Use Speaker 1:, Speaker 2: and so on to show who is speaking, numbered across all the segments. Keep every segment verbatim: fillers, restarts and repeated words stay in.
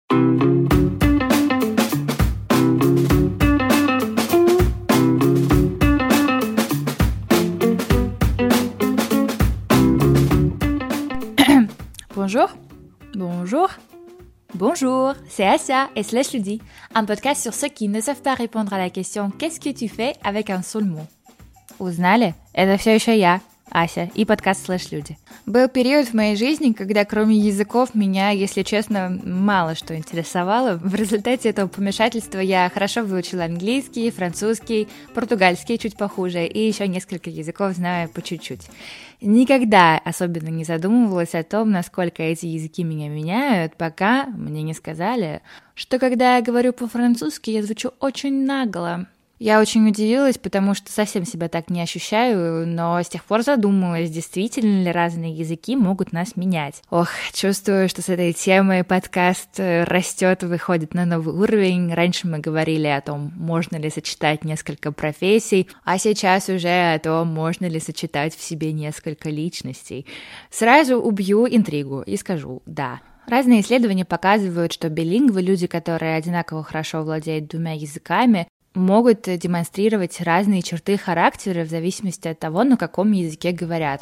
Speaker 1: Bonjour, bonjour, bonjour, c'est Ася et Slash Ludi, un podcast sur ceux qui ne savent pas répondre à la question «Qu'est-ce que tu fais?» avec un seul mot. Узнали? Это все еще я, Ася, и подкаст Slash Люди. Был период в моей жизни, когда кроме языков меня, если честно, мало что интересовало. В результате этого помешательства я хорошо выучила английский, французский, португальский чуть похуже, и еще несколько языков знаю по чуть-чуть. Никогда особенно не задумывалась о том, насколько эти языки меня меняют, пока мне не сказали, что когда я говорю по-французски, я звучу очень нагло. Я очень удивилась, потому что совсем себя так не ощущаю, но с тех пор задумалась, действительно ли разные языки могут нас менять. Ох, чувствую, что с этой темой подкаст растет, выходит на новый уровень. Раньше мы говорили о том, можно ли сочетать несколько профессий, а сейчас уже о том, можно ли сочетать в себе несколько личностей. Сразу убью интригу и скажу «да». Разные исследования показывают, что билингвы, люди, которые одинаково хорошо владеют двумя языками, могут демонстрировать разные черты характера в зависимости от того, на каком языке говорят.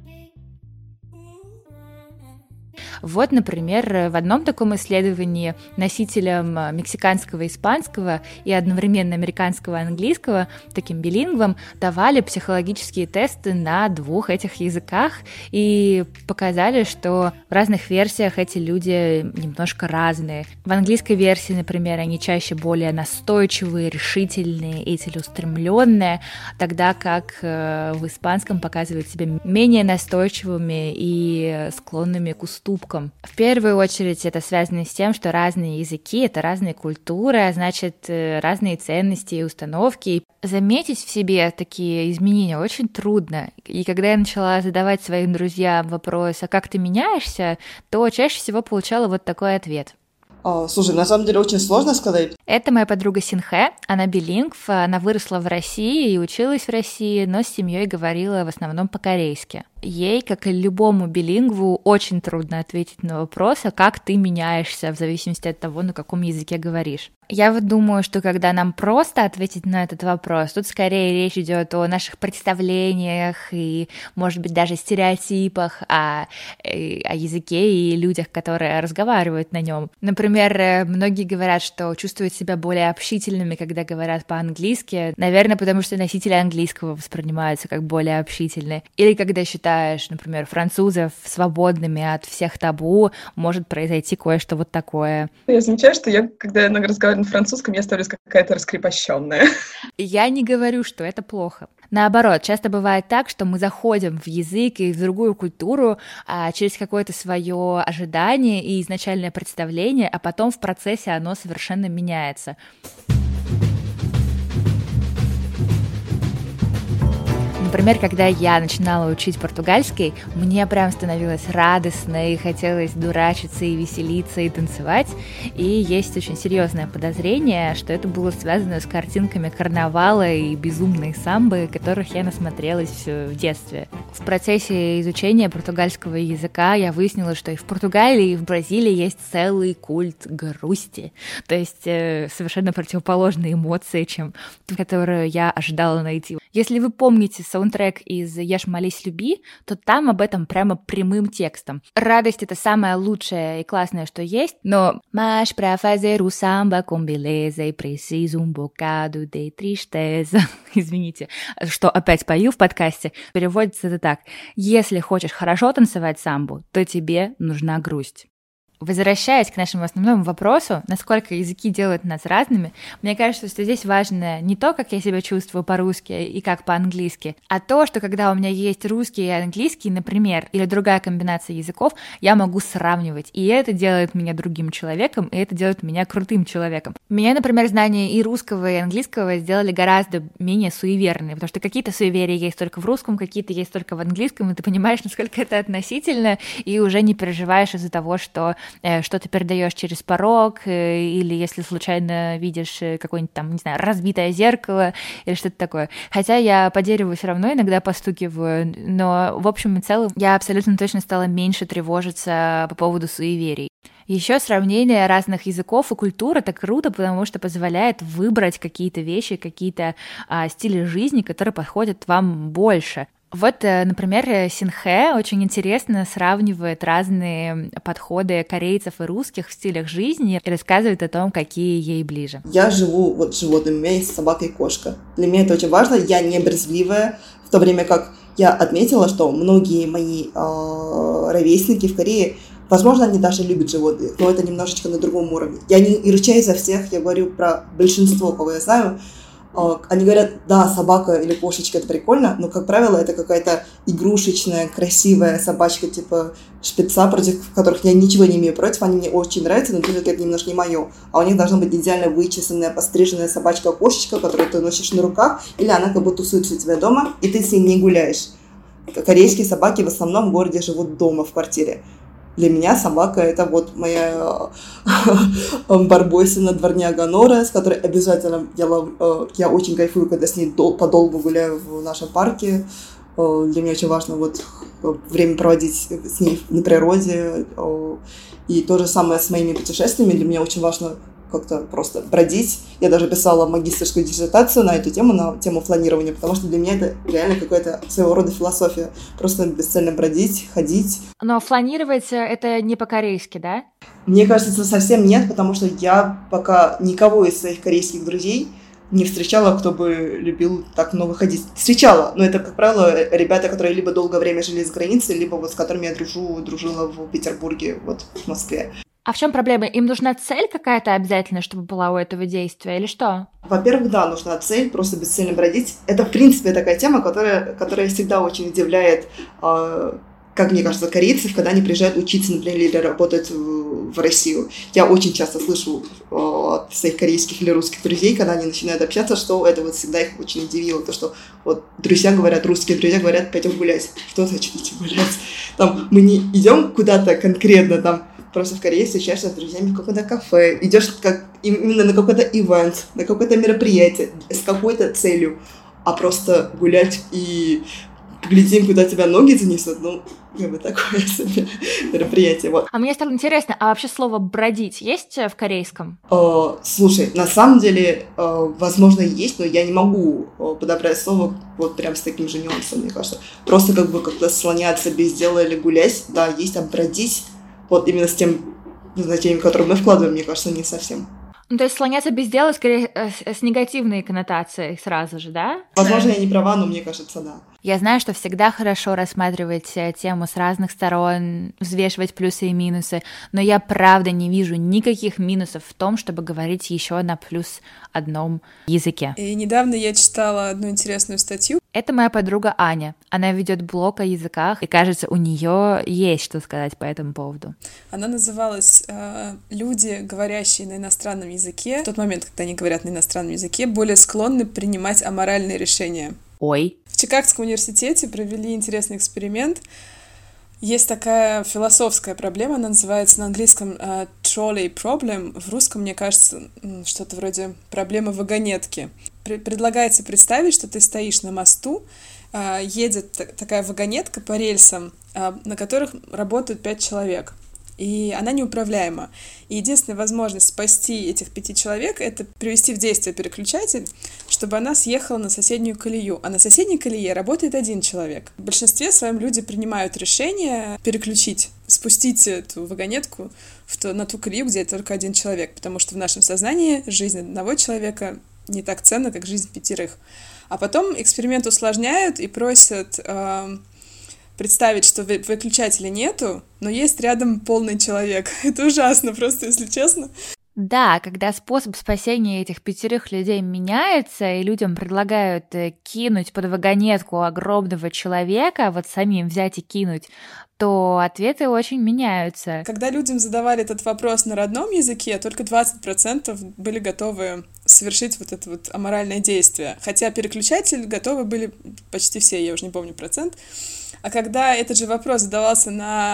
Speaker 1: Вот, например, в одном таком исследовании носителям мексиканского и испанского и одновременно американского и английского, таким билингвам, давали психологические тесты на двух этих языках и показали, что в разных версиях эти люди немножко разные. В английской версии, например, они чаще более настойчивые, решительные и целеустремленные, тогда как в испанском показывают себя менее настойчивыми и склонными к уступкам. В первую очередь это связано с тем, что разные языки — это разные культуры, а значит, разные ценности и установки. Заметить в себе такие изменения очень трудно. И когда я начала задавать своим друзьям вопрос «А как ты меняешься?», то чаще всего получала вот такой ответ.
Speaker 2: Слушай, на самом деле очень сложно сказать.
Speaker 1: Это моя подруга Синхэ, она билингв, она выросла в России и училась в России, но с семьей говорила в основном по-корейски. Ей, как и любому билингву, очень трудно ответить на вопрос, а как ты меняешься в зависимости от того, на каком языке говоришь. Я вот думаю, что когда нам просто ответить на этот вопрос, тут скорее речь идет о наших представлениях и, может быть, даже стереотипах о, о языке и людях, которые разговаривают на нем. Например, многие говорят, что чувствуют себя более общительными, когда говорят по-английски, наверное, потому что носители английского воспринимаются как более общительные. Или когда считаешь, например, французов свободными от всех табу, может произойти кое-что вот такое.
Speaker 2: Я замечаю, что я, когда я разговариваю на французском, я становлюсь какая-то раскрепощенная.
Speaker 1: Я не говорю, что это плохо. Наоборот, часто бывает так, что мы заходим в язык и в другую культуру а, через какое-то свое ожидание и изначальное представление, а потом в процессе оно совершенно меняется. Например, когда я начинала учить португальский, мне прям становилось радостно и хотелось дурачиться и веселиться и танцевать. И есть очень серьезное подозрение, что это было связано с картинками карнавала и безумной самбы, которых я насмотрелась в детстве. В процессе изучения португальского языка я выяснила, что и в Португалии, и в Бразилии есть целый культ грусти. То есть э, совершенно противоположные эмоции, чем ту, которую я ожидала найти. Если вы помните саундтрек из «Ешь, молись, люби», то там об этом прямо прямым текстом. Радость — это самое лучшее и классное, что есть, но «Mas pra fazer o samba com beleza e preciso um bocado de tristeza». Извините, что опять пою в подкасте. Переводится это так: «Если хочешь хорошо танцевать самбу, то тебе нужна грусть». Возвращаясь к нашему основному вопросу, насколько языки делают нас разными, мне кажется, что здесь важно не то, как я себя чувствую по-русски и как по-английски, а то, что когда у меня есть русский и английский, например, или другая комбинация языков, я могу сравнивать, и это делает меня другим человеком, и это делает меня крутым человеком. Меня, например, знания и русского, и английского сделали гораздо менее суеверными, потому что какие-то суеверия есть только в русском, какие-то есть только в английском, и ты понимаешь, насколько это относительно, и уже не переживаешь из-за того, что что ты передаешь через порог, или если случайно видишь какое-нибудь там, не знаю, разбитое зеркало или что-то такое. Хотя я по дереву все равно иногда постукиваю, но в общем и целом я абсолютно точно стала меньше тревожиться по поводу суеверий. Еще сравнение разных языков и культур — это круто, потому что позволяет выбрать какие-то вещи, какие-то а, стили жизни, которые подходят вам больше. Вот, например, Синхэ очень интересно сравнивает разные подходы корейцев и русских в стилях жизни и рассказывает о том, какие ей ближе.
Speaker 3: Я живу вот с животными, у меня есть собака и кошка. Для меня это очень важно, я не брезгливая, в то время как я отметила, что многие мои э, ровесники в Корее, возможно, они даже любят животных, но это немножечко на другом уровне. Я не ручаюсь за всех, я говорю про большинство, кого я знаю. Они говорят, да, собака или кошечка — это прикольно, но, как правило, это какая-то игрушечная, красивая собачка типа шпица, против которых я ничего не имею против, они мне очень нравятся, но только это немножко не мое. А у них должна быть идеально вычесанная, постриженная собачка-кошечка, которую ты носишь на руках, или она как бы тусуется у тебя дома, и ты с ней не гуляешь. Корейские собаки в основном в городе живут дома, в квартире. Для меня собака — это вот моя барбосина, дворняга Нора, с которой обязательно я, я очень кайфую, когда с ней дол- подолгу гуляю в нашем парке. Для меня очень важно вот время проводить с ней на природе. И то же самое с моими путешествиями. Для меня очень важно как-то просто бродить. Я даже писала магистерскую диссертацию на эту тему, на тему планирования, потому что для меня это реально какая-то своего рода философия. Просто бесцельно бродить, ходить.
Speaker 1: Но фланировать — это не по-корейски, да?
Speaker 3: Мне кажется, совсем нет, потому что я пока никого из своих корейских друзей не встречала, кто бы любил так много ходить. Встречала, но это, как правило, ребята, которые либо долгое время жили за границей, либо вот с которыми я дружу, дружила в Петербурге, вот в Москве.
Speaker 1: А в чем проблема? Им нужна цель какая-то обязательно, чтобы была у этого действия, или что?
Speaker 3: Во-первых, да, нужна цель, просто бесцельно бродить. Это, в принципе, такая тема, которая, которая всегда очень удивляет, э, как мне кажется, корейцев, когда они приезжают учиться, например, или работать в, в Россию. Я очень часто слышу э, от своих корейских или русских друзей, когда они начинают общаться, что это вот всегда их очень удивило, то, что вот друзья говорят, русские друзья говорят, пойдем гулять. Что значит идти гулять? Там мы не идем куда-то конкретно, там просто в Корее встречаешься с друзьями в какое-то кафе, идешь как, именно на какой-то ивент, на какое-то мероприятие с какой-то целью, а просто гулять и глядим, куда тебя ноги занесут, ну, как бы такое себе мероприятие. Вот.
Speaker 1: А мне стало интересно, а вообще слово «бродить» есть в корейском?
Speaker 3: Э, слушай, на самом деле, э, возможно, есть, но я не могу подобрать слово вот прям с таким же нюансом, мне кажется. Просто как бы как-то слоняться без дела или гулять, да, есть, а бродить, вот именно с тем значением, которое мы вкладываем, мне кажется, не совсем.
Speaker 1: Ну, то есть слоняться без дела, скорее, с, с негативной коннотацией сразу же, да?
Speaker 3: Возможно, я не права, но мне кажется, да.
Speaker 1: Я знаю, что всегда хорошо рассматривать тему с разных сторон, взвешивать плюсы и минусы, но я правда не вижу никаких минусов в том, чтобы говорить еще на плюс одном языке.
Speaker 4: И недавно я читала одну интересную статью.
Speaker 1: Это моя подруга Аня. Она ведет блог о языках, и кажется, у нее есть что сказать по этому поводу.
Speaker 4: Она называлась э, «Люди, говорящие на иностранном языке, в тот момент, когда они говорят на иностранном языке, более склонны принимать аморальные решения».
Speaker 1: Ой.
Speaker 4: В Чикагском университете провели интересный эксперимент. Есть такая философская проблема, она называется на английском uh, trolley problem, в русском, мне кажется, что-то вроде проблемы вагонетки. При- предлагается представить, что ты стоишь на мосту, uh, едет т- такая вагонетка по рельсам, uh, на которых работают пять человек. И она неуправляема. И единственная возможность спасти этих пяти человек — это привести в действие переключатель, чтобы она съехала на соседнюю колею. А на соседней колее работает один человек. В большинстве своем люди принимают решение переключить, спустить эту вагонетку в ту, на ту колею, где только один человек, потому что в нашем сознании жизнь одного человека не так ценна, как жизнь пятерых. А потом эксперимент усложняют и просят э, представить, что выключателя нету, но есть рядом полный человек. Это ужасно, просто, если честно.
Speaker 1: Да, когда способ спасения этих пятерых людей меняется, и людям предлагают кинуть под вагонетку огромного человека, вот самим взять и кинуть, то ответы очень меняются.
Speaker 4: Когда людям задавали этот вопрос на родном языке, только двадцать процентов были готовы совершить вот это вот аморальное действие. Хотя переключатель готовы были почти все, я уже не помню процент. А когда этот же вопрос задавался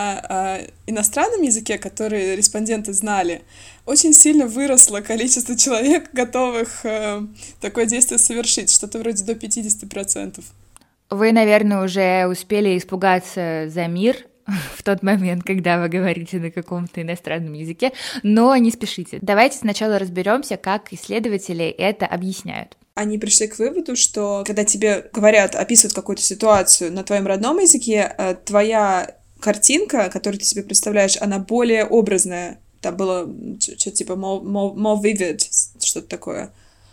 Speaker 4: на э, иностранном языке, который респонденты знали, очень сильно выросло количество человек, готовых э, такое действие совершить, что-то вроде до пятьдесят процентов.
Speaker 1: Вы, наверное, уже успели испугаться за мир в тот момент, когда вы говорите на каком-то иностранном языке, но не спешите. Давайте сначала разберемся, как исследователи это объясняют.
Speaker 4: Они пришли к выводу, что когда тебе говорят, описывают какую-то ситуацию на твоем родном языке, твоя картинка, которую ты себе представляешь, она более образная. Там было что-то типа more, more, more vivid, что-то такое.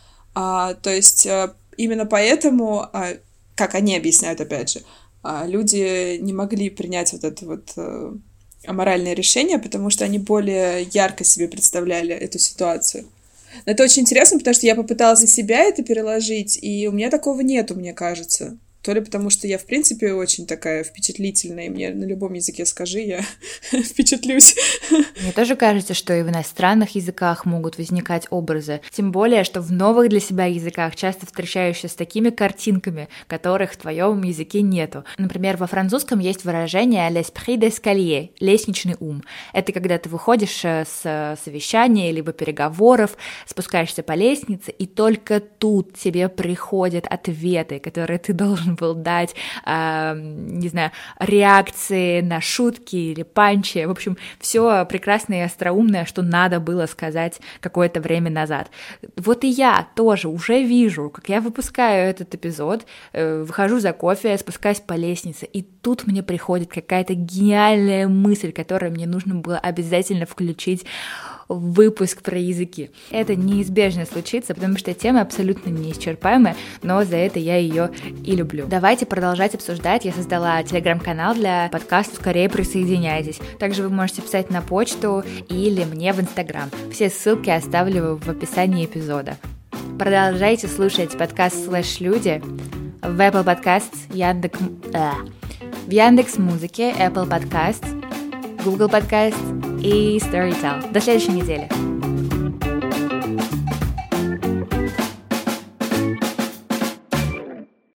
Speaker 4: А, то есть именно поэтому, как они объясняют, опять же, люди не могли принять вот это вот аморальное решение, потому что они более ярко себе представляли эту ситуацию. Но это очень интересно, потому что я попыталась для себя это переложить, и у меня такого нету, мне кажется. То ли потому, что я, в принципе, очень такая впечатлительная, и мне на любом языке скажи, я впечатлюсь.
Speaker 1: Мне тоже кажется, что и в иностранных языках могут возникать образы. Тем более, что в новых для себя языках часто встречаешься с такими картинками, которых в твоем языке нету. Например, во французском есть выражение «l'esprit d'escalier» — «лестничный ум». Это когда ты выходишь с совещания либо переговоров, спускаешься по лестнице, и только тут тебе приходят ответы, которые ты должен был дать, э, не знаю, реакции на шутки или панчи, в общем, все прекрасное и остроумное, что надо было сказать какое-то время назад. Вот и я тоже уже вижу, как я выпускаю этот эпизод, э, выхожу за кофе, спускаюсь по лестнице, и тут мне приходит какая-то гениальная мысль, которую мне нужно было обязательно включить в выпуск про языки. Это неизбежно случится, потому что тема абсолютно неисчерпаемая, но за это я ее и люблю. Давайте продолжать обсуждать. Я создала телеграм-канал для подкаста «Скорее присоединяйтесь». Также вы можете писать на почту или мне в инстаграм. Все ссылки оставлю в описании эпизода. Продолжайте слушать подкаст «Слэш-люди» в Apple Podcasts, Яндекс... А, в Яндекс.Музыке, Apple Podcasts, Google Podcast и Storytel. До следующей недели.